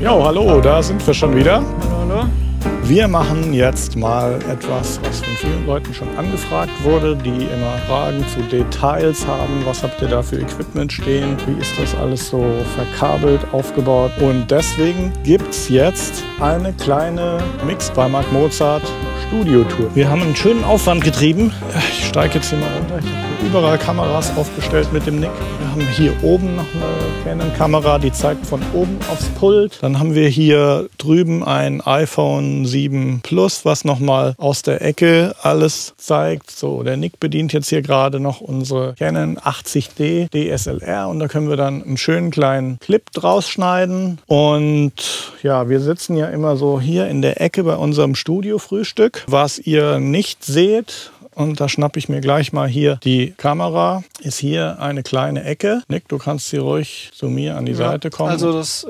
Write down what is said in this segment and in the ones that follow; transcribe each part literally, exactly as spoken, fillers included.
Jo, hallo, da sind wir schon wieder. Hallo, hallo. Wir machen jetzt mal etwas, was von vielen Leuten schon angefragt wurde, die immer Fragen zu Details haben. Was habt ihr da für Equipment stehen? Wie ist das alles so verkabelt, aufgebaut? Und deswegen gibt es jetzt eine kleine Mix bei Mark Mozart Studiotour. Wir haben einen schönen Aufwand getrieben. Ich steige jetzt hier mal runter. Ich habe überall Kameras aufgestellt mit dem Nick. Wir haben hier oben noch eine Canon-Kamera, die zeigt von oben aufs Pult. Dann haben wir hier drüben ein iPhone sieben Plus, was nochmal aus der Ecke alles zeigt. So, der Nick bedient jetzt hier gerade noch unsere Canon achtzig D D S L R und da können wir dann einen schönen kleinen Clip draus schneiden. Und ja, wir sitzen ja immer so hier in der Ecke bei unserem Studio-Frühstück. Was ihr nicht seht, und da schnappe ich mir gleich mal hier die Kamera, ist hier eine kleine Ecke. Nick, du kannst hier ruhig zu mir an die ja, Seite kommen. Also das, äh,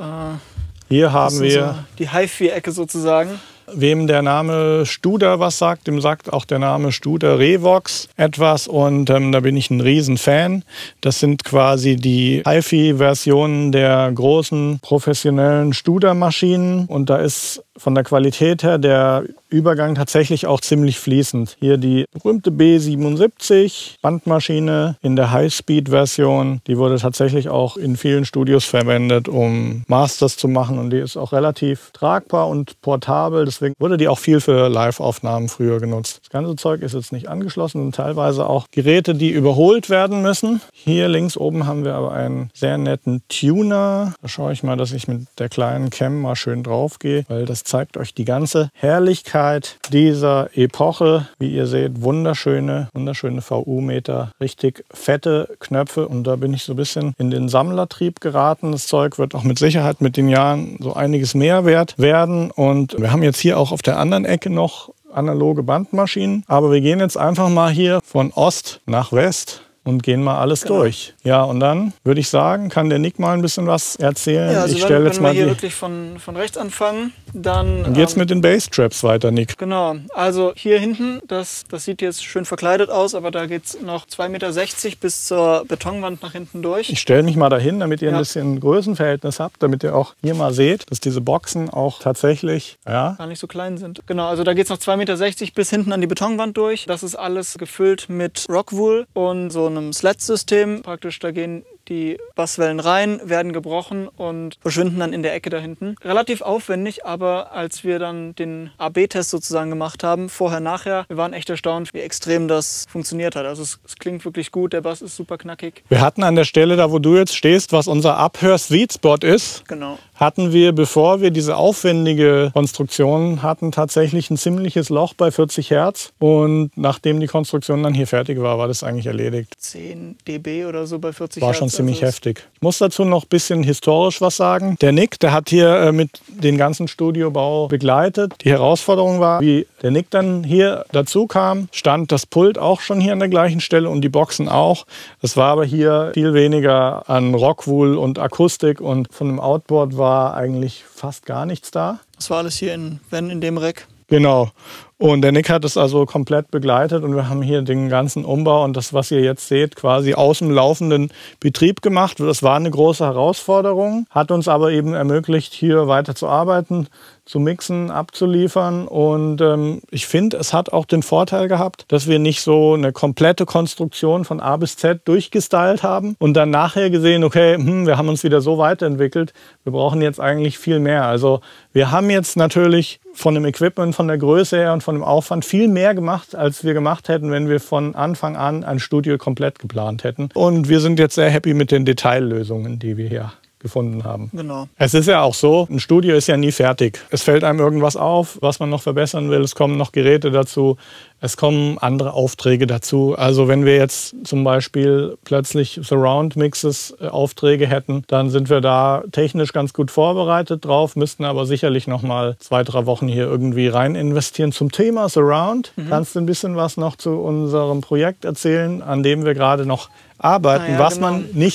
hier haben das wir so die Hi-Fi-Ecke sozusagen. Wem der Name Studer was sagt, dem sagt auch der Name Studer Revox etwas und ähm, da bin ich ein Riesenfan. Das sind quasi die Hi-Fi-Versionen der großen professionellen Studer-Maschinen und da ist von der Qualität her der Übergang tatsächlich auch ziemlich fließend. Hier die berühmte B siebenundsiebzig Bandmaschine in der High-Speed-Version. Die wurde tatsächlich auch in vielen Studios verwendet, um Masters zu machen. Und die ist auch relativ tragbar und portabel. Deswegen wurde die auch viel für Live-Aufnahmen früher genutzt. Das ganze Zeug ist jetzt nicht angeschlossen und teilweise auch Geräte, die überholt werden müssen. Hier links oben haben wir aber einen sehr netten Tuner. Da schaue ich mal, dass ich mit der kleinen Cam mal schön drauf gehe, weil das zeigt euch die ganze Herrlichkeit dieser Epoche. Wie ihr seht, wunderschöne, wunderschöne V U-Meter, richtig fette Knöpfe und da bin ich so ein bisschen in den Sammlertrieb geraten. Das Zeug wird auch mit Sicherheit mit den Jahren so einiges mehr wert werden und wir haben jetzt hier auch auf der anderen Ecke noch analoge Bandmaschinen, aber wir gehen jetzt einfach mal hier von Ost nach West und gehen mal alles genau durch. Ja, und dann würde ich sagen, kann der Nick mal ein bisschen was erzählen. Ja, also ich stelle jetzt wenn mal wir hier die wirklich von, von rechts anfangen, dann... Und jetzt ähm, mit den Basstraps weiter, Nick. Genau, also hier hinten, das, das sieht jetzt schön verkleidet aus, aber da geht es noch zwei Meter sechzig bis zur Betonwand nach hinten durch. Ich stelle mich mal dahin, damit ihr ja. ein bisschen Größenverhältnis habt, damit ihr auch hier mal seht, dass diese Boxen auch tatsächlich ja, gar nicht so klein sind. Genau, also da geht es noch zwei Meter sechzig bis hinten an die Betonwand durch. Das ist alles gefüllt mit Rockwool und so einem Slat-System. Praktisch, da gehen die Basswellen rein, werden gebrochen und verschwinden dann in der Ecke da hinten. Relativ aufwendig, aber als wir dann den A B-Test sozusagen gemacht haben, vorher, nachher, wir waren echt erstaunt, wie extrem das funktioniert hat. Also es, es klingt wirklich gut, der Bass ist super knackig. Wir hatten an der Stelle, da wo du jetzt stehst, was unser Abhör-Sweet-Spot ist, genau. hatten wir, bevor wir diese aufwendige Konstruktion hatten, tatsächlich ein ziemliches Loch bei vierzig Hertz. Und nachdem die Konstruktion dann hier fertig war, war das eigentlich erledigt. zehn dB oder so bei vierzig war Hertz. Schon ziemlich also heftig. Ich muss dazu noch ein bisschen historisch was sagen. Der Nick, der hat hier äh, mit den ganzen Studiobau begleitet. Die Herausforderung war, wie der Nick dann hier dazu kam, stand das Pult auch schon hier an der gleichen Stelle und die Boxen auch. Das war aber hier viel weniger an Rockwool und Akustik und von dem Outboard war eigentlich fast gar nichts da. Das war alles hier in, wenn in dem Rack. Genau. Und der Nick hat es also komplett begleitet und wir haben hier den ganzen Umbau und das, was ihr jetzt seht, quasi aus dem laufenden Betrieb gemacht. Das war eine große Herausforderung, hat uns aber eben ermöglicht, hier weiter zu arbeiten, zu mixen, abzuliefern und ähm, ich finde, es hat auch den Vorteil gehabt, dass wir nicht so eine komplette Konstruktion von A bis Z durchgestylt haben und dann nachher gesehen, okay, hm, wir haben uns wieder so weiterentwickelt, wir brauchen jetzt eigentlich viel mehr. Also wir haben jetzt natürlich von dem Equipment, von der Größe her und von dem Aufwand viel mehr gemacht, als wir gemacht hätten, wenn wir von Anfang an ein Studio komplett geplant hätten. Und wir sind jetzt sehr happy mit den Detaillösungen, die wir hier gefunden haben. Genau. Es ist ja auch so, ein Studio ist ja nie fertig. Es fällt einem irgendwas auf, was man noch verbessern will. Es kommen noch Geräte dazu. Es kommen andere Aufträge dazu. Also wenn wir jetzt zum Beispiel plötzlich Surround-Mixes-Aufträge hätten, dann sind wir da technisch ganz gut vorbereitet drauf, müssten aber sicherlich noch mal zwei, drei Wochen hier irgendwie rein investieren. Zum Thema Surround, mhm. kannst du ein bisschen was noch zu unserem Projekt erzählen, an dem wir gerade noch arbeiten, ah ja, was genau. man nicht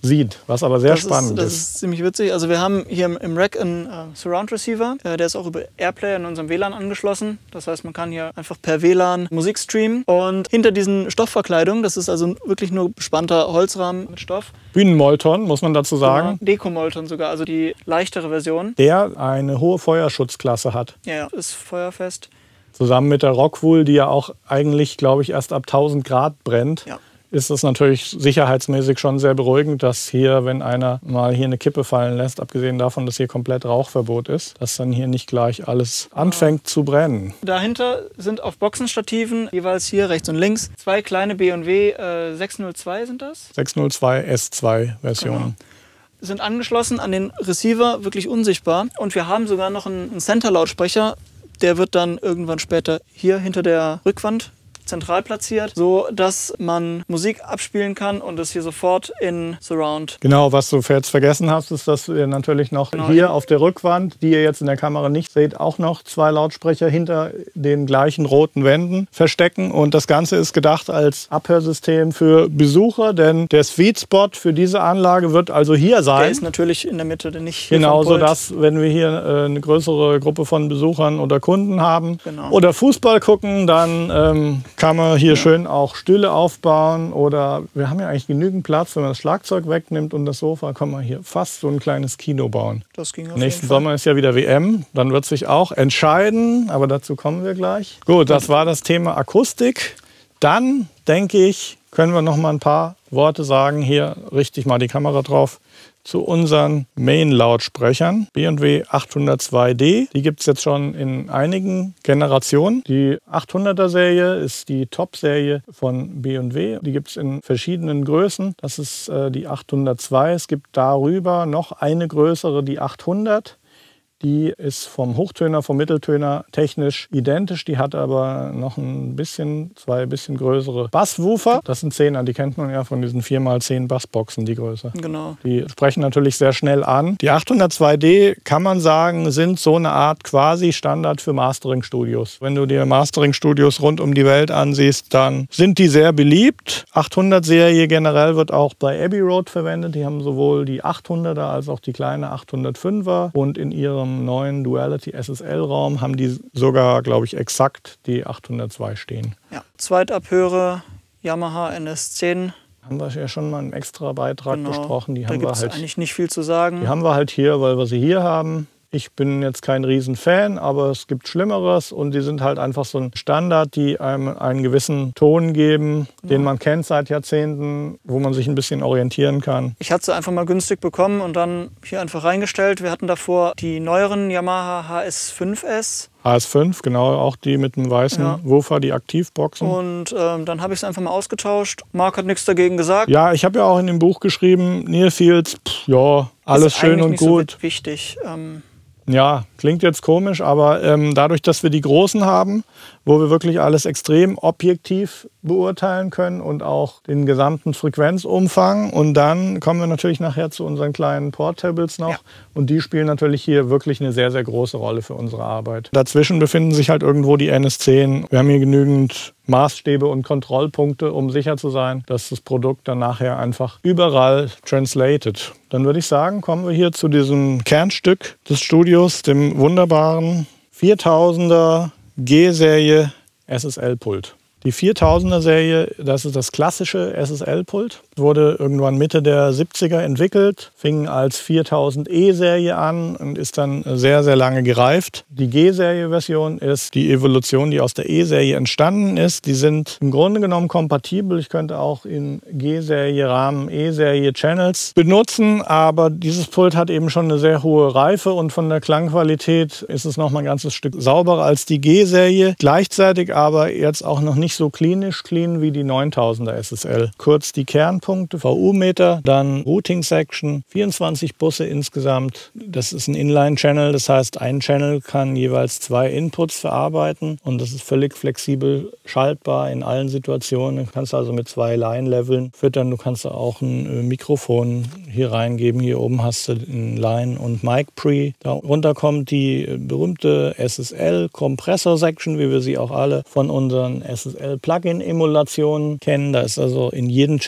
sieht, was aber sehr das spannend ist. Das ist. ist ziemlich witzig. Also wir haben hier im, im Rack einen äh, Surround Receiver, äh, der ist auch über Airplay in unserem W L A N angeschlossen. Das heißt, man kann hier einfach per W L A N Musik streamen. Und hinter diesen Stoffverkleidungen, das ist also wirklich nur bespannter Holzrahmen mit Stoff. Bühnenmolton, muss man dazu sagen. Genau, Dekomolton sogar, also die leichtere Version. Der eine hohe Feuerschutzklasse hat. Ja, ja, ist feuerfest. Zusammen mit der Rockwool, die ja auch eigentlich, glaube ich, erst ab tausend Grad brennt. Ja. Ist es natürlich sicherheitsmäßig schon sehr beruhigend, dass hier, wenn einer mal hier eine Kippe fallen lässt, abgesehen davon, dass hier komplett Rauchverbot ist, dass dann hier nicht gleich alles anfängt ja. zu brennen. Dahinter sind auf Boxenstativen, jeweils hier rechts und links, zwei kleine B und W äh, sechshundertzwei sind das? sechshundertzwei S zwei Versionen. Genau. Sind angeschlossen an den Receiver, wirklich unsichtbar. Und wir haben sogar noch einen, einen Center-Lautsprecher, der wird dann irgendwann später hier hinter der Rückwand zentral platziert, so dass man Musik abspielen kann und es hier sofort in Surround. Genau, was du jetzt vergessen hast, ist, dass wir natürlich noch genau. hier auf der Rückwand, die ihr jetzt in der Kamera nicht seht, auch noch zwei Lautsprecher hinter den gleichen roten Wänden verstecken. Und das Ganze ist gedacht als Abhörsystem für Besucher, denn der Sweet Spot für diese Anlage wird also hier sein. Der ist natürlich in der Mitte, der nicht hier genau, vom Pult. sodass, wenn wir hier äh, eine größere Gruppe von Besuchern oder Kunden haben genau. oder Fußball gucken, dann ähm, kann man hier ja. schön auch Stühle aufbauen oder wir haben ja eigentlich genügend Platz, wenn man das Schlagzeug wegnimmt und das Sofa, kann man hier fast so ein kleines Kino bauen. Das ging auf Nächsten jeden Fall. Sommer ist ja wieder W M, dann wird sich auch entscheiden, aber dazu kommen wir gleich. Gut, das war das Thema Akustik. Dann, denke ich, können wir noch mal ein paar Worte sagen. Hier richte ich mal die Kamera drauf. Zu unseren Main-Lautsprechern. B und W achthundertzwei D. Die gibt es jetzt schon in einigen Generationen. Die achthunderter Serie ist die Top-Serie von B und W. Die gibt es in verschiedenen Größen. Das ist äh, die achthundertzwei. Es gibt darüber noch eine größere, die achthundert. Die ist vom Hochtöner, vom Mitteltöner technisch identisch. Die hat aber noch ein bisschen, zwei bisschen größere Basswoofer. Das sind Zehner, die kennt man ja von diesen vier mal zehn Bassboxen, die Größe. Genau. Die sprechen natürlich sehr schnell an. Die achthundertzwei D, kann man sagen, sind so eine Art quasi Standard für Mastering-Studios. Wenn du dir Mastering-Studios rund um die Welt ansiehst, dann sind die sehr beliebt. achthundert-Serie generell wird auch bei Abbey Road verwendet. Die haben sowohl die achthunderter als auch die kleine achthundertfünfer und in ihrem neuen Duality S S L-Raum haben die sogar, glaube ich, exakt die achthundertzwei stehen. Ja, Zweitabhöre Yamaha N S zehn. Haben wir ja schon mal einen extra Beitrag genau. besprochen. Die da haben gibt wir es halt, eigentlich nicht viel zu sagen. Die haben wir halt hier, weil wir sie hier haben. Ich bin jetzt kein Riesenfan, aber es gibt Schlimmeres und die sind halt einfach so ein Standard, die einem einen gewissen Ton geben, ja. den man kennt seit Jahrzehnten, wo man sich ein bisschen orientieren kann. Ich hatte sie einfach mal günstig bekommen und dann hier einfach reingestellt. Wir hatten davor die neueren Yamaha H S fünf S. H S fünf, genau, auch die mit dem weißen ja. Woofer, die Aktivboxen. Und ähm, dann habe ich es einfach mal ausgetauscht. Marc hat nichts dagegen gesagt. Ja, ich habe ja auch in dem Buch geschrieben, Nearfields, pff, ja, alles ist schön und nicht gut. So wichtig. Ähm, Ja, klingt jetzt komisch, aber ähm, dadurch, dass wir die Großen haben, wo wir wirklich alles extrem objektiv beurteilen können und auch den gesamten Frequenzumfang. Und dann kommen wir natürlich nachher zu unseren kleinen Portables noch. Ja. Und die spielen natürlich hier wirklich eine sehr, sehr große Rolle für unsere Arbeit. Dazwischen befinden sich halt irgendwo die N S zehn. Wir haben hier genügend Maßstäbe und Kontrollpunkte, um sicher zu sein, dass das Produkt dann nachher einfach überall translated. Dann würde ich sagen, kommen wir hier zu diesem Kernstück des Studios, dem wunderbaren viertausender G-Serie S S L-Pult. Die viertausender Serie, das ist das klassische S S L-Pult, wurde irgendwann Mitte der siebziger entwickelt, fing als viertausend E-Serie an und ist dann sehr, sehr lange gereift. Die G-Serie-Version ist die Evolution, die aus der E-Serie entstanden ist. Die sind im Grunde genommen kompatibel. Ich könnte auch in G-Serie-Rahmen E-Serie-Channels benutzen, aber dieses Pult hat eben schon eine sehr hohe Reife und von der Klangqualität ist es noch mal ein ganzes Stück sauberer als die G-Serie. Gleichzeitig aber jetzt auch noch nicht so klinisch clean wie die neuntausender S S L. Kurz die Kernpunkte, V U-Meter, dann Routing-Section, vierundzwanzig Busse insgesamt. Das ist ein Inline-Channel, das heißt, ein Channel kann jeweils zwei Inputs verarbeiten und das ist völlig flexibel schaltbar in allen Situationen. Du kannst also mit zwei Line-Leveln füttern. Du kannst auch ein Mikrofon hier reingeben. Hier oben hast du ein Line- und Mic-Pre. Darunter kommt die berühmte S S L-Kompressor-Section, wie wir sie auch alle von unseren S S L Plugin-Emulationen kennen. Da ist also in jedem Channel ein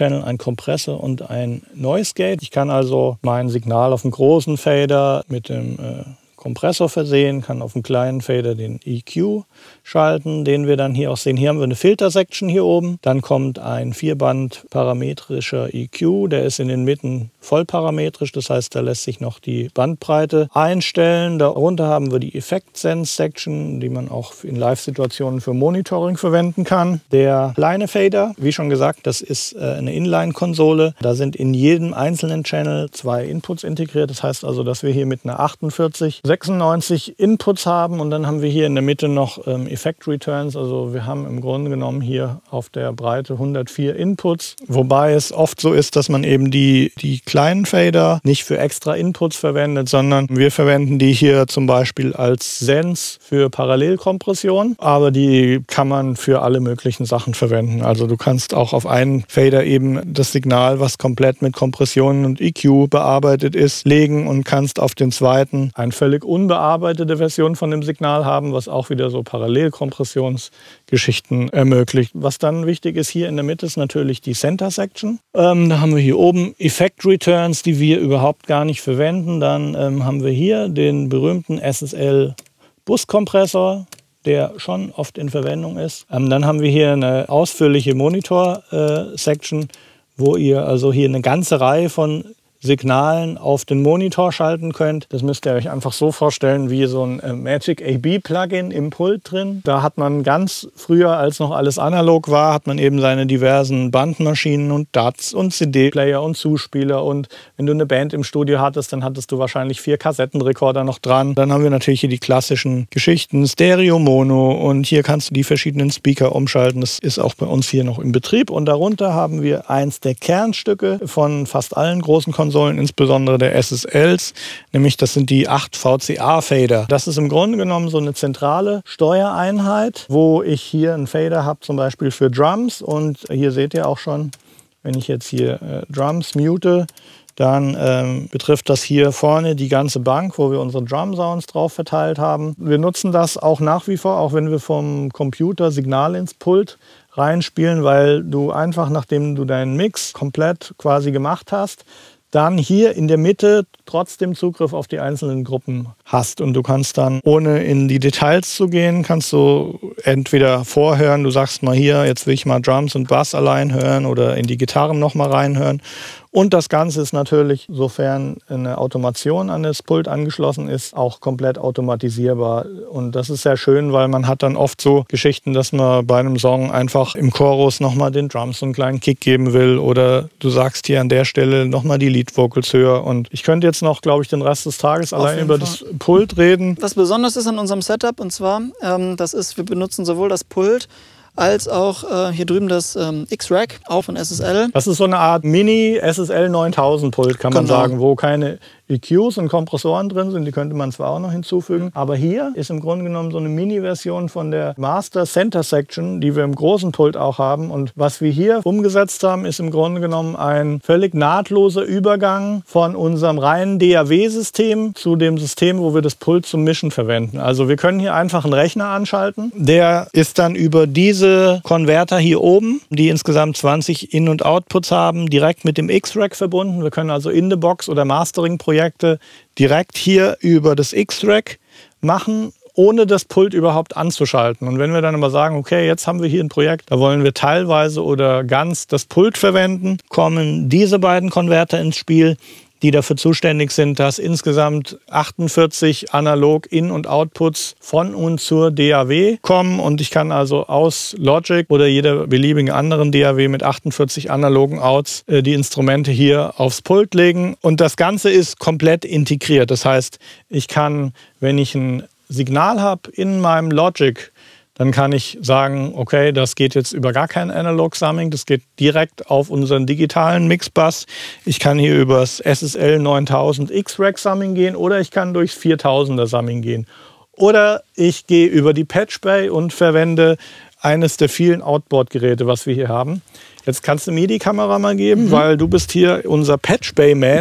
Kompressor und ein Noise Gate. Ich kann also mein Signal auf dem großen Fader mit dem äh, Kompressor versehen, kann auf dem kleinen Fader den E Q schalten, den wir dann hier auch sehen. Hier haben wir eine Filter-Section hier oben. Dann kommt ein Vierband parametrischer E Q, der ist in den Mitten vollparametrisch, das heißt, da lässt sich noch die Bandbreite einstellen. Darunter haben wir die Effekt-Sense-Section, die man auch in Live-Situationen für Monitoring verwenden kann. Der kleine Fader, wie schon gesagt, das ist eine Inline-Konsole. Da sind in jedem einzelnen Channel zwei Inputs integriert. Das heißt also, dass wir hier mit einer achtundvierzig sechsundneunzig Inputs haben und dann haben wir hier in der Mitte noch ähm, Effekt-Returns. Also wir haben im Grunde genommen hier auf der Breite hundertvier Inputs, wobei es oft so ist, dass man eben die, die kleinen Fader nicht für extra Inputs verwendet, sondern wir verwenden die hier zum Beispiel als Sense für Parallelkompression, aber die kann man für alle möglichen Sachen verwenden. Also du kannst auch auf einen Fader eben das Signal, was komplett mit Kompressionen und E Q bearbeitet ist, legen und kannst auf den zweiten eine völlig unbearbeitete Version von dem Signal haben, was auch wieder so Parallelkompressionsgeschichten ermöglicht. Was dann wichtig ist, hier in der Mitte ist natürlich die Center Section. Ähm, da haben wir hier oben Effect Returns, die wir überhaupt gar nicht verwenden. Dann ähm, haben wir hier den berühmten S S L Buskompressor, der schon oft in Verwendung ist. Ähm, dann haben wir hier eine ausführliche Monitor-Section, äh, wo ihr also hier eine ganze Reihe von Signalen auf den Monitor schalten könnt. Das müsst ihr euch einfach so vorstellen wie so ein äh, Magic A B Plugin im Pult drin. Da hat man ganz früher, als noch alles analog war, hat man eben seine diversen Bandmaschinen und D A Ts und C D-Player und Zuspieler. Und wenn du eine Band im Studio hattest, dann hattest du wahrscheinlich vier Kassettenrekorder noch dran. Dann haben wir natürlich hier die klassischen Geschichten, Stereo, Mono und hier kannst du die verschiedenen Speaker umschalten. Das ist auch bei uns hier noch im Betrieb. Und darunter haben wir eins der Kernstücke von fast allen großen Konsolen, insbesondere der S S Ls, nämlich das sind die acht V C A-Fader. Das ist im Grunde genommen so eine zentrale Steuereinheit, wo ich hier einen Fader habe, zum Beispiel für Drums. Und hier seht ihr auch schon, wenn ich jetzt hier äh, Drums mute, dann ähm, betrifft das hier vorne die ganze Bank, wo wir unsere Drum-Sounds drauf verteilt haben. Wir nutzen das auch nach wie vor, auch wenn wir vom Computer Signal ins Pult reinspielen, weil du einfach, nachdem du deinen Mix komplett quasi gemacht hast, dann hier in der Mitte trotzdem Zugriff auf die einzelnen Gruppen hast. Und du kannst dann, ohne in die Details zu gehen, kannst du entweder vorhören, du sagst mal hier, jetzt will ich mal Drums und Bass allein hören oder in die Gitarren noch mal reinhören. Und das Ganze ist natürlich, sofern eine Automation an das Pult angeschlossen ist, auch komplett automatisierbar. Und das ist sehr schön, weil man hat dann oft so Geschichten, dass man bei einem Song einfach im Chorus nochmal den Drums so einen kleinen Kick geben will oder du sagst hier an der Stelle nochmal die Lead-Vocals höher. Und ich könnte jetzt noch, glaube ich, den Rest des Tages allein über Fall. das Pult reden. Was besonders ist an unserem Setup, und zwar, ähm, das ist, wir benutzen sowohl das Pult als auch äh, hier drüben das ähm, X-Rack, auch von S S L. Das ist so eine Art Mini-S S L neuntausend Pult, kann man genau. sagen, wo keine E Qs und Kompressoren drin sind, die könnte man zwar auch noch hinzufügen, aber hier ist im Grunde genommen so eine Mini-Version von der Master Center Section, die wir im großen Pult auch haben. Und was wir hier umgesetzt haben, ist im Grunde genommen ein völlig nahtloser Übergang von unserem reinen D A W-System zu dem System, wo wir das Pult zum Mischen verwenden. Also wir können hier einfach einen Rechner anschalten, der ist dann über diese Konverter hier oben, die insgesamt zwanzig In- und Outputs haben, direkt mit dem X-Rack verbunden. Wir können also in the Box oder Mastering-Projekte direkt hier über das X-Rack machen, ohne das Pult überhaupt anzuschalten. Und wenn wir dann aber sagen, okay, jetzt haben wir hier ein Projekt, da wollen wir teilweise oder ganz das Pult verwenden, kommen diese beiden Konverter ins Spiel, die dafür zuständig sind, dass insgesamt achtundvierzig analog In- und Outputs von und zur D A W kommen. Und ich kann also aus Logic oder jeder beliebigen anderen D A W mit achtundvierzig analogen Outs äh, die Instrumente hier aufs Pult legen. Und das Ganze ist komplett integriert. Das heißt, ich kann, wenn ich ein Signal habe in meinem Logic, dann kann ich sagen, okay, das geht jetzt über gar kein Analog-Summing, das geht direkt auf unseren digitalen Mixbus. Ich kann hier über das S S L neuntausend X-Rack-Summing gehen oder ich kann durchs viertausender-Summing gehen. Oder ich gehe über die Patch Bay und verwende eines der vielen Outboard-Geräte, was wir hier haben. Jetzt kannst du mir die Kamera mal geben, mhm. weil du bist hier unser Patch Bay Man.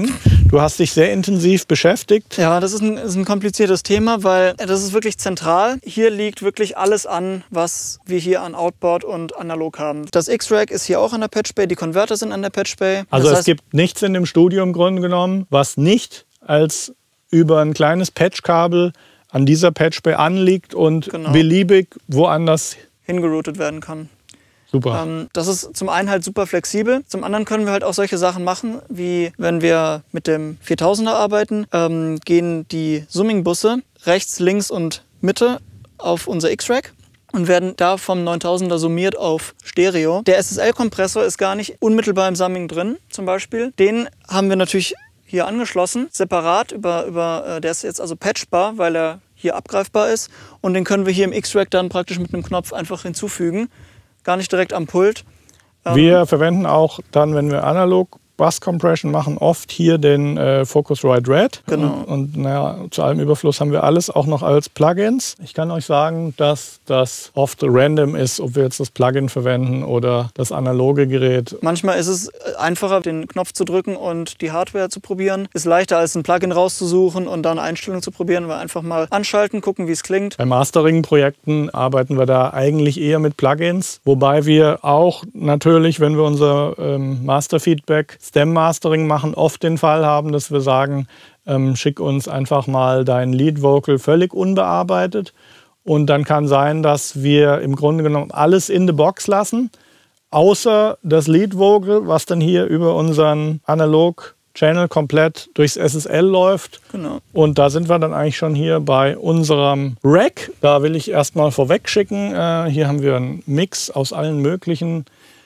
Du hast dich sehr intensiv beschäftigt. Ja, das ist ein, ist ein kompliziertes Thema, weil das ist wirklich zentral. Hier liegt wirklich alles an, was wir hier an Outboard und analog haben. Das X-Rack ist hier auch an der Patch Bay, die Konverter sind an der Patch Bay. Also das es heißt, gibt nichts in dem Studio im Grunde genommen, was nicht als über ein kleines Patchkabel an dieser Patch Bay anliegt und Genau. beliebig woanders hingeroutet werden kann. Super. Ähm, das ist zum einen halt super flexibel, zum anderen können wir halt auch solche Sachen machen, wie wenn wir mit dem viertausender arbeiten, ähm, gehen die Summing-Busse rechts, links und Mitte auf unser X-Rack und werden da vom neuntausender summiert auf Stereo. Der S S L-Kompressor ist gar nicht unmittelbar im Summing drin, zum Beispiel. Den haben wir natürlich hier angeschlossen, separat, über, über, der ist jetzt also patchbar, weil er hier abgreifbar ist. Und den können wir hier im X-Rack dann praktisch mit einem Knopf einfach hinzufügen. Gar nicht direkt am Pult. Wir ähm, verwenden auch dann, wenn wir analog Bus Compression machen, oft hier den äh, Focusrite Red. Genau. Und, und naja, zu allem Überfluss haben wir alles auch noch als Plugins. Ich kann euch sagen, dass das oft random ist, ob wir jetzt das Plugin verwenden oder das analoge Gerät. Manchmal ist es einfacher, den Knopf zu drücken und die Hardware zu probieren. Ist leichter, als ein Plugin rauszusuchen und dann Einstellungen zu probieren, weil einfach mal anschalten, gucken, wie es klingt. Bei Mastering-Projekten arbeiten wir da eigentlich eher mit Plugins, wobei wir auch natürlich, wenn wir unser ähm, Master-Feedback Stem-Mastering machen, oft den Fall haben, dass wir sagen, ähm, schick uns einfach mal dein Lead-Vocal völlig unbearbeitet. Und dann kann sein, dass wir im Grunde genommen alles in the box lassen, außer das Lead-Vocal, was dann hier über unseren Analog-Channel komplett durchs S S L läuft. Genau. Und da sind wir dann eigentlich schon hier bei unserem Rack. Da will ich erstmal vorweg schicken. Äh, hier haben wir einen Mix aus allen möglichen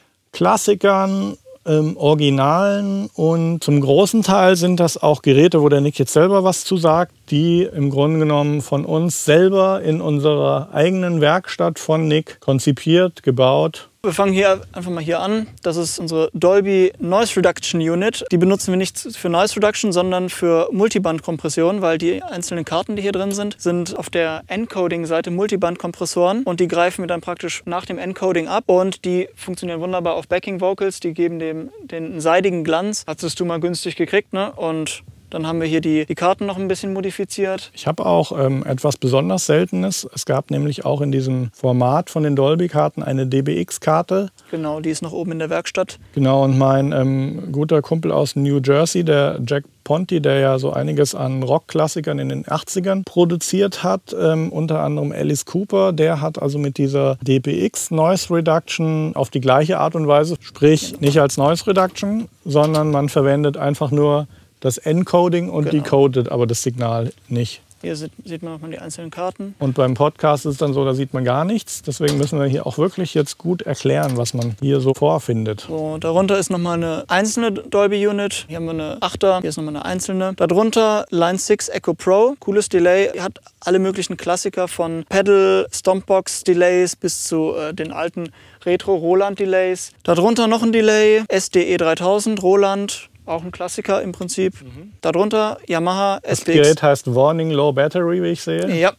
Klassikern, Ähm, Originalen, und zum großen Teil sind das auch Geräte, wo der Nick jetzt selber was zu sagt, die im Grunde genommen von uns selber in unserer eigenen Werkstatt von Nick konzipiert, gebaut. Wir fangen hier einfach mal hier an. Das ist unsere Dolby Noise Reduction Unit. Die benutzen wir nicht für Noise Reduction, sondern für Multiband-Kompression, weil die einzelnen Karten, die hier drin sind, sind auf der Encoding-Seite Multiband-Kompressoren und die greifen wir dann praktisch nach dem Encoding ab und die funktionieren wunderbar auf Backing-Vocals, die geben dem den seidigen Glanz. Hattest du mal günstig gekriegt, ne? Und dann haben wir hier die, die Karten noch ein bisschen modifiziert. Ich habe auch ähm, etwas besonders Seltenes. Es gab nämlich auch in diesem Format von den Dolby-Karten eine D B X-Karte. Genau, die ist noch oben in der Werkstatt. Genau, und mein ähm, guter Kumpel aus New Jersey, der Jack Ponti, der ja so einiges an Rockklassikern in den achtzigern produziert hat, ähm, unter anderem Alice Cooper, der hat also mit dieser D B X Noise Reduction auf die gleiche Art und Weise, sprich nicht als Noise Reduction, sondern man verwendet einfach nur das Encoding und Genau. decodet aber das Signal nicht. Hier sieht, sieht man nochmal die einzelnen Karten. Und beim Podcast ist es dann so, da sieht man gar nichts. Deswegen müssen wir hier auch wirklich jetzt gut erklären, was man hier so vorfindet. So, darunter ist nochmal eine einzelne Dolby Unit. Hier haben wir eine Achter, hier ist nochmal eine einzelne. Darunter Line six Echo Pro. Cooles Delay. Hat alle möglichen Klassiker von Pedal, Stompbox Delays bis zu äh, den alten Retro Roland Delays. Darunter noch ein Delay. S D E dreitausend Roland. Auch ein Klassiker im Prinzip. Mhm. Darunter Yamaha Das S P X. Gerät heißt Warning Low Battery, wie ich sehe. Ja,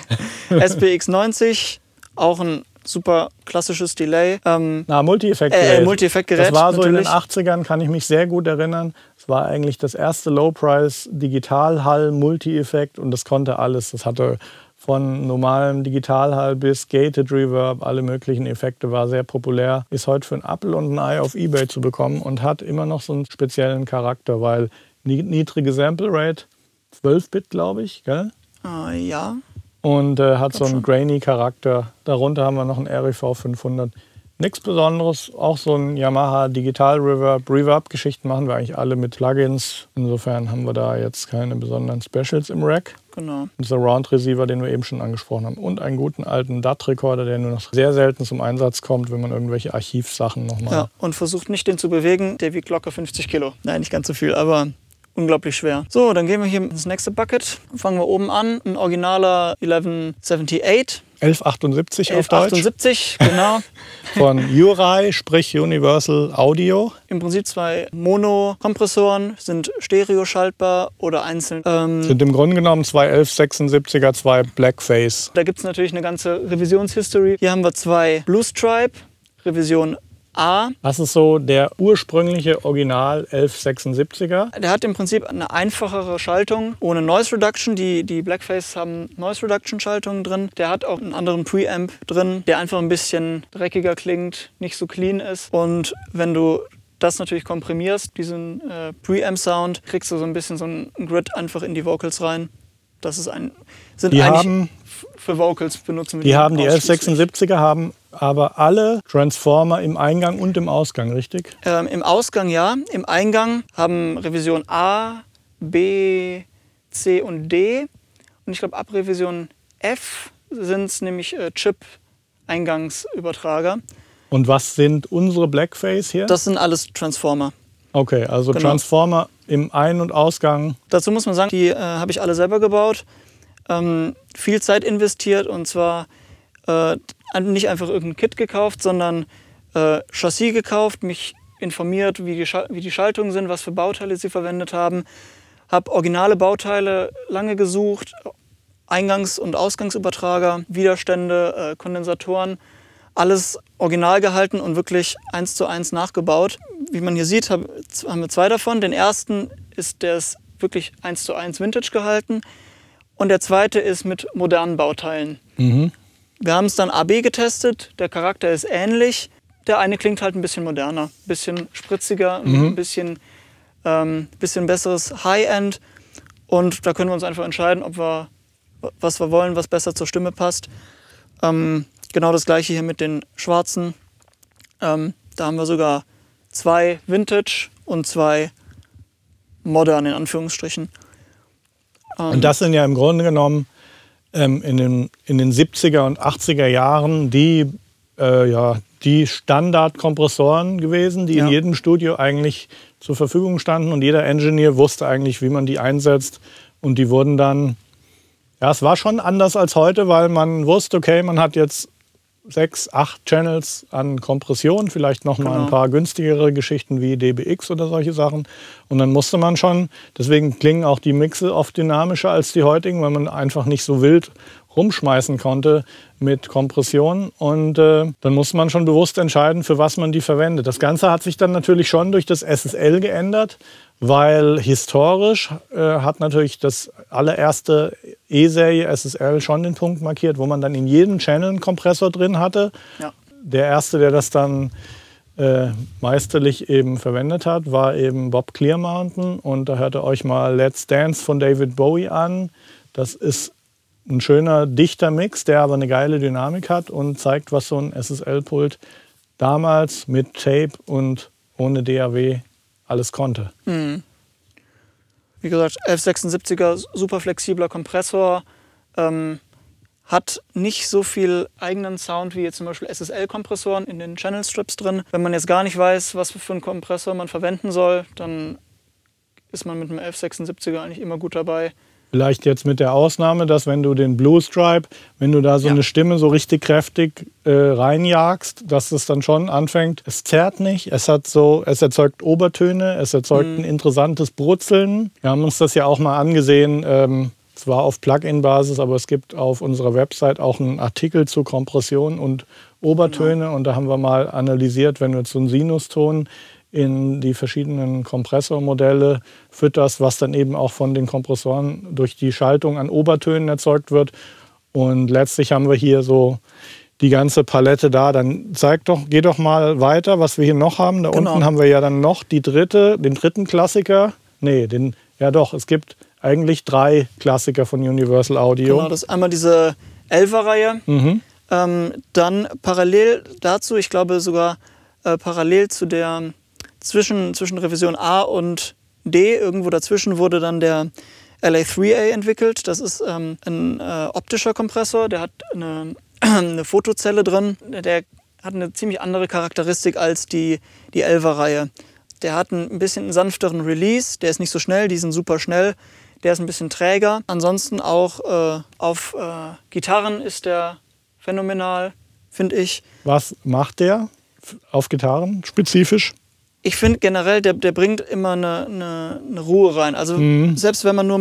S P X neunzig, auch ein super klassisches Delay. Ähm, Na, Multi-Effekt-Gerät. Äh, Multi-Effekt-Gerät, das war so natürlich. in den achtzigern, kann ich mich sehr gut erinnern. Es war eigentlich das erste Low-Price-Digital-Hall-Multi-Effekt und das konnte alles. Das hatte von normalem Digital-Hall bis Gated Reverb, alle möglichen Effekte, war sehr populär. Ist heute für einen Apfel und ein Ei auf Ebay zu bekommen und hat immer noch so einen speziellen Charakter, weil niedrige Sample Rate, zwölf Bit, glaube ich, gell? äh, ja. Und äh, hat so einen schon. grainy Charakter. Darunter haben wir noch einen R E V fünfhundert. Nichts Besonderes, auch so ein Yamaha Digital Reverb. Reverb-Geschichten machen wir eigentlich alle mit Plugins. Insofern haben wir da jetzt keine besonderen Specials im Rack. Genau. Und Surround Receiver, den wir eben schon angesprochen haben. Und einen guten alten D A T-Recorder, der nur noch sehr selten zum Einsatz kommt, wenn man irgendwelche Archivsachen nochmal... Ja, und versucht nicht, den zu bewegen. Der wiegt locker fünfzig Kilo. Nein, nicht ganz so viel, aber unglaublich schwer. So, dann gehen wir hier ins nächste Bucket. Fangen wir oben an. Ein originaler elf achtundsiebzig. elf achtundsiebzig auf elf Deutsch. achtundsiebzig, genau. Von U R I, sprich Universal Audio. Im Prinzip zwei Mono-Kompressoren, sind stereo-schaltbar oder einzeln. Ähm, Sind im Grunde genommen zwei elf sechsundsiebziger, zwei Blackface. Da gibt es natürlich eine ganze Revisionshistory. Hier haben wir zwei Blue Stripe, Revision A. Was ist so der ursprüngliche Original elf sechsundsiebziger? Der hat im Prinzip eine einfachere Schaltung ohne Noise Reduction. Die, die Blackface haben Noise Reduction Schaltungen drin. Der hat auch einen anderen Preamp drin, der einfach ein bisschen dreckiger klingt, nicht so clean ist. Und wenn du das natürlich komprimierst, diesen äh, Preamp-Sound, kriegst du so ein bisschen so einen Grid einfach in die Vocals rein. Das ist ein, sind die eigentlich haben, für Vocals benutzen wir die. Die haben die elf ausschließlich. sechsundsiebziger haben aber alle Transformer im Eingang und im Ausgang, richtig? Ähm, Im Ausgang ja. Im Eingang haben Revision A, B, C und D. Und ich glaube, ab Revision F sind es nämlich äh, Chip-Eingangsübertrager. Und was sind unsere Blackface hier? Das sind alles Transformer. Okay, also Genau. Transformer im Ein- und Ausgang. Dazu muss man sagen, die äh, habe ich alle selber gebaut. Ähm, viel Zeit investiert und zwar äh, nicht einfach irgendein Kit gekauft, sondern äh, Chassis gekauft, mich informiert, wie die, Schal- wie die Schaltungen sind, was für Bauteile sie verwendet haben. Habe originale Bauteile lange gesucht, Eingangs- und Ausgangsübertrager, Widerstände, äh, Kondensatoren. Alles original gehalten und wirklich eins zu eins nachgebaut. Wie man hier sieht, hab, haben wir zwei davon. Den ersten ist, der ist wirklich eins zu eins Vintage gehalten. Und der zweite ist mit modernen Bauteilen. Mhm. Wir haben es dann A B getestet. Der Charakter ist ähnlich. Der eine klingt halt ein bisschen moderner, ein bisschen spritziger, Mhm. ein bisschen, ähm, bisschen besseres High-End. Und da können wir uns einfach entscheiden, ob wir, was wir wollen, was besser zur Stimme passt. Ähm, Genau das gleiche hier mit den schwarzen. Ähm, da haben wir sogar zwei Vintage und zwei modern in Anführungsstrichen. Ähm, Und das sind ja im Grunde genommen ähm, in, den, in den siebziger und achtziger Jahren die, äh, ja, die Standardkompressoren gewesen, die Ja. in jedem Studio eigentlich zur Verfügung standen. Und jeder Engineer wusste eigentlich, wie man die einsetzt. Und die wurden dann, ja, es war schon anders als heute, weil man wusste, okay, man hat jetzt sechs, acht Channels an Kompression, vielleicht noch mal Genau. ein paar günstigere Geschichten wie D B X oder solche Sachen. Und dann musste man schon, deswegen klingen auch die Mixe oft dynamischer als die heutigen, weil man einfach nicht so wild rumschmeißen konnte mit Kompression. Und äh, dann musste man schon bewusst entscheiden, für was man die verwendet. Das Ganze hat sich dann natürlich schon durch das S S L geändert, weil historisch äh, hat natürlich das allererste E-Serie S S L schon den Punkt markiert, wo man dann in jedem Channel einen Kompressor drin hatte. Ja. Der erste, der das dann äh, meisterlich eben verwendet hat, war eben Bob Clearmountain. Und da hört ihr euch mal Let's Dance von David Bowie an. Das ist ein schöner, dichter Mix, der aber eine geile Dynamik hat und zeigt, was so ein S S L-Pult damals mit Tape und ohne D A W alles konnte. Mhm. Wie gesagt, elf sechsundsiebziger, super flexibler Kompressor, ähm, hat nicht so viel eigenen Sound wie jetzt zum Beispiel S S L-Kompressoren in den Channel Strips drin. Wenn man jetzt gar nicht weiß, was für einen Kompressor man verwenden soll, dann ist man mit dem elf sechsundsiebziger eigentlich immer gut dabei. Vielleicht jetzt mit der Ausnahme, dass wenn du den Blue Stripe, wenn du da so Ja. eine Stimme so richtig kräftig äh, reinjagst, dass es dann schon anfängt. Es zerrt nicht, es hat so, es erzeugt Obertöne, es erzeugt Mhm. ein interessantes Brutzeln. Wir haben uns das ja auch mal angesehen, ähm, zwar auf Plugin-Basis, aber es gibt auf unserer Website auch einen Artikel zu Kompression und Obertöne. Und da haben wir mal analysiert, wenn du jetzt so einen Sinuston in die verschiedenen Kompressormodelle fütterst, was dann eben auch von den Kompressoren durch die Schaltung an Obertönen erzeugt wird. Und letztlich haben wir hier so die ganze Palette da. Dann zeig doch, geh doch mal weiter, was wir hier noch haben. Da Genau. unten haben wir ja dann noch die dritte, den dritten Klassiker. Nee, den, ja doch, es gibt eigentlich drei Klassiker von Universal Audio. Genau, das ist einmal diese Elfer-Reihe. Mhm. Ähm, dann parallel dazu, ich glaube sogar äh, parallel zu der zwischen, zwischen Revision A und D, irgendwo dazwischen wurde dann der L A drei A entwickelt. Das ist ähm, ein äh, optischer Kompressor, der hat eine, eine Fotozelle drin. Der hat eine ziemlich andere Charakteristik als die, die Elfer-Reihe. Der hat ein bisschen einen sanfteren Release, der ist nicht so schnell, die sind super schnell. Der ist ein bisschen träger. Ansonsten auch äh, auf äh, Gitarren ist der phänomenal, finde ich. Was macht der auf Gitarren spezifisch? Ich finde generell, der, der bringt immer eine, eine, eine Ruhe rein. Also Mhm. selbst wenn man nur mit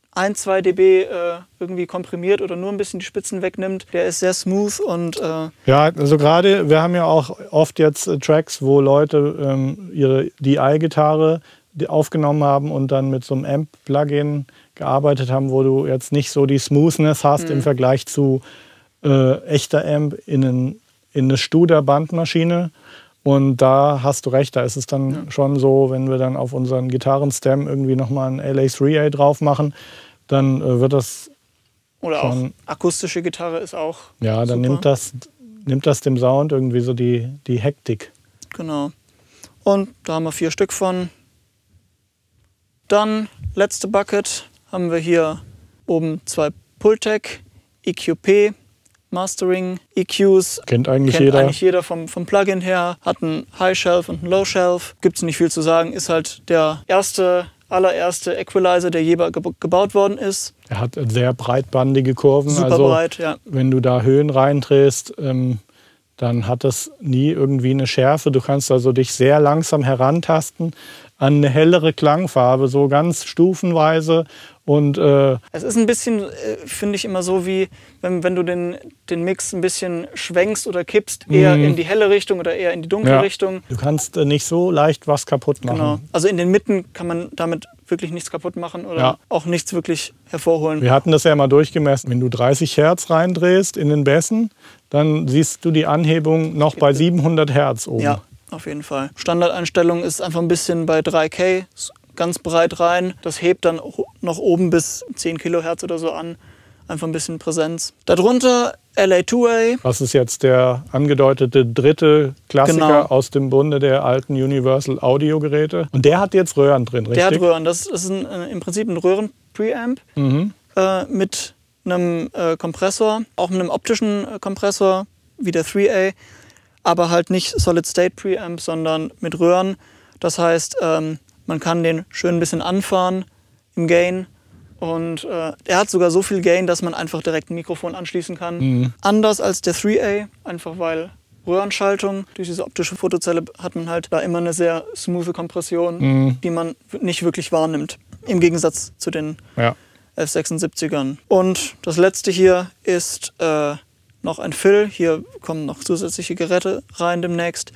ein, zwei dB äh, irgendwie komprimiert oder nur ein bisschen die Spitzen wegnimmt. Der ist sehr smooth und äh ja, also gerade, wir haben ja auch oft jetzt äh, Tracks, wo Leute ähm, ihre D I-Gitarre aufgenommen haben und dann mit so einem Amp-Plugin gearbeitet haben, wo du jetzt nicht so die Smoothness hast mhm. im Vergleich zu äh, echter Amp in, einen, in eine Studer-Bandmaschine. Und da hast du recht, da ist es dann ja. schon so, wenn wir dann auf unseren Gitarrenstem irgendwie nochmal ein L A drei A drauf machen, dann äh, wird das Oder schon, auch akustische Gitarre ist auch ja, dann super. nimmt das, nimmt das dem Sound irgendwie so die, die Hektik. Genau. Und da haben wir vier Stück von. Dann, letzte Bucket, haben wir hier oben zwei Pultec, E Q P, Mastering, E Qs. Kennt eigentlich Kennt jeder. eigentlich jeder vom, vom Plugin her. Hat einen High Shelf und einen Low Shelf. Gibt es nicht viel zu sagen. Ist halt der erste, allererste Equalizer, der je ge- gebaut worden ist. Er hat sehr breitbandige Kurven. Super also, breit, ja. Wenn du da Höhen reindrehst, ähm, dann hat das nie irgendwie eine Schärfe. Du kannst also dich sehr langsam herantasten an eine hellere Klangfarbe, so ganz stufenweise. Und, äh es ist ein bisschen, äh, finde ich, immer so, wie wenn, wenn du den, den Mix ein bisschen schwenkst oder kippst, eher mm. in die helle Richtung oder eher in die dunkle ja. Richtung. Du kannst äh, nicht so leicht was kaputt machen. Genau. Also in den Mitten kann man damit wirklich nichts kaputt machen oder ja. auch nichts wirklich hervorholen. Wir hatten das ja mal durchgemessen. Wenn du dreißig Hertz reindrehst in den Bässen, dann siehst du die Anhebung noch bei siebenhundert Hertz oben. Ja, auf jeden Fall. Standardeinstellung ist einfach ein bisschen bei drei K, ganz breit rein. Das hebt dann noch oben bis zehn Kilohertz oder so an. Einfach ein bisschen Präsenz. Darunter L A zwei A. Das ist jetzt der angedeutete dritte Klassiker genau. aus dem Bunde der alten Universal Audio Geräte. Und der hat jetzt Röhren drin, richtig? Der hat Röhren. Das ist ein, im Prinzip ein Röhren-Preamp mhm. äh, mit einem äh, Kompressor, auch mit einem optischen äh, Kompressor wie der drei A, aber halt nicht Solid-State-Preamp, sondern mit Röhren. Das heißt, ähm, man kann den schön ein bisschen anfahren im Gain. Und äh, er hat sogar so viel Gain, dass man einfach direkt ein Mikrofon anschließen kann. Mhm. Anders als der drei A, einfach weil Röhrenschaltung, durch diese optische Photozelle hat man halt da immer eine sehr smoothe Kompression, mhm. die man nicht wirklich wahrnimmt. Im Gegensatz zu den ja. F sechsundsiebzigern. Und das letzte hier ist äh, noch ein Fill. Hier kommen noch zusätzliche Geräte rein demnächst.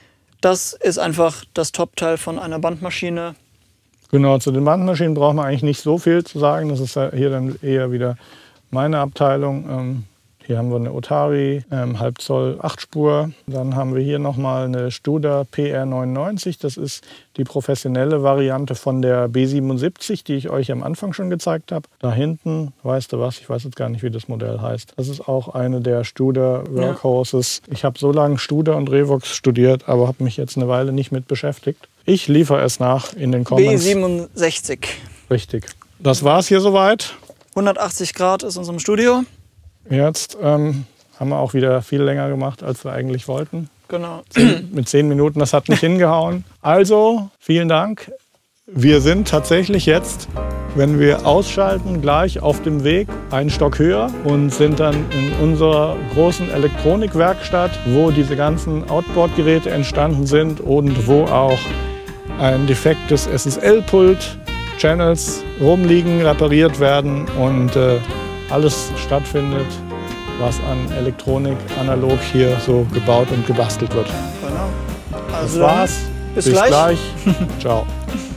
Das ist einfach das Top-Teil von einer Bandmaschine. Genau, zu den Bandmaschinen braucht man eigentlich nicht so viel zu sagen. Das ist ja hier dann eher wieder meine Abteilung. Ähm, hier haben wir eine Otari, ähm, Halbzoll, acht Spur. Dann haben wir hier nochmal eine Studer P R neunundneunzig. Das ist die professionelle Variante von der B siebenundsiebzig, die ich euch am Anfang schon gezeigt habe. Da hinten, weißt du was, ich weiß jetzt gar nicht, wie das Modell heißt. Das ist auch eine der Studer Workhorses. Ja. Ich habe so lange Studer und Revox studiert, aber habe mich jetzt eine Weile nicht mit beschäftigt. Ich liefere es nach in den Comments. B siebenundsechzig. Richtig. Das war's hier soweit. hundertachtzig Grad ist unserem Studio. Jetzt ähm, haben wir auch wieder viel länger gemacht, als wir eigentlich wollten. Genau. Zehn, mit zehn Minuten, das hat nicht hingehauen. Also, vielen Dank. Wir sind tatsächlich jetzt, wenn wir ausschalten, gleich auf dem Weg einen Stock höher und sind dann in unserer großen Elektronikwerkstatt, wo diese ganzen Outboard-Geräte entstanden sind und wo auch ein defektes S S L-Pult, Channels rumliegen, repariert werden und äh, alles stattfindet, was an Elektronik analog hier so gebaut und gebastelt wird. Genau. Also das war's. Bis, bis gleich. gleich. Ciao.